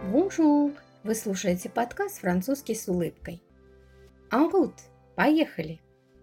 Бонжур! Вы слушаете подкаст «Французский с улыбкой». En route! Поехали!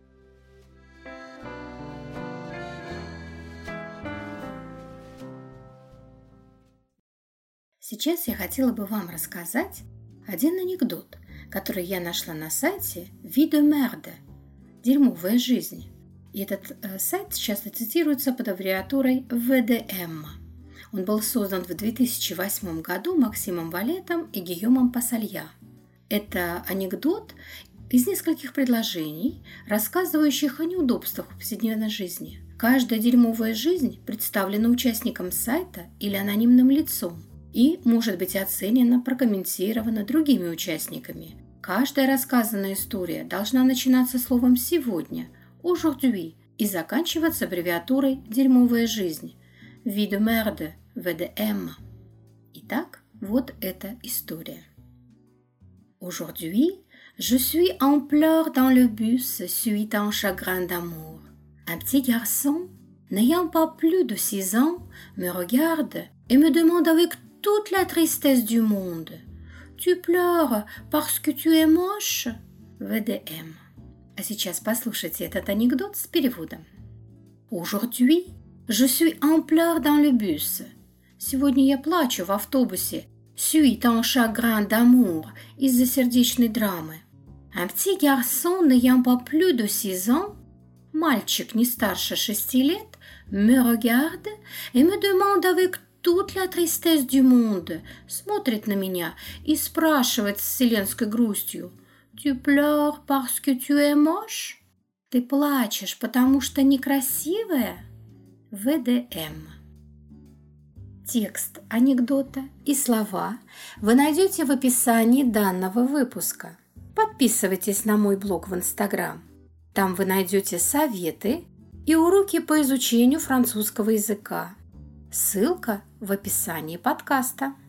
Сейчас я хотела бы вам рассказать один анекдот, который я нашла на сайте «Vie de merde» – «Дерьмовая жизнь». И этот сайт часто цитируется под аббревиатурой ВДМ. Он был создан в 2008 году Максимом Валетом и Гийомом Пассалья. Это анекдот из нескольких предложений, рассказывающих о неудобствах в повседневной жизни. Каждая дерьмовая жизнь представлена участником сайта или анонимным лицом и может быть оценена, прокомментирована другими участниками. Каждая рассказанная история должна начинаться словом «сегодня», «aujourd'hui» и заканчиваться аббревиатурой «дерьмовая жизнь», «Vie de merde», ВДМ. Итак, вот эта история. Aujourd'hui, je suis en pleurs dans le bus suite à un chagrin d'amour. Un petit garçon, n'ayant pas plus de 6 ans, me regarde et me demande avec toute la tristesse du monde: Tu pleures parce que tu es moche? ВДМ. А сейчас послушайте этот анекдот с переводом. Aujourd'hui, je suis en pleurs dans le bus. Сегодня я плачу в автобусе. Suite à un chagrin d'amour, из-за сердечной драмы. Un petit garçon n'ayant pas plus de 6 ans, мальчик не старше 6 лет, me regarde et me demande avec toute la tristesse du monde, смотрит на меня и спрашивает с вселенской грустью: Tu pleures parce que tu es moche? Ты плачешь, потому что некрасивая? ВДМ. Текст анекдота и слова вы найдете в описании данного выпуска. Подписывайтесь на мой блог в Инстаграм. Там вы найдете советы и уроки по изучению французского языка. Ссылка в описании подкаста.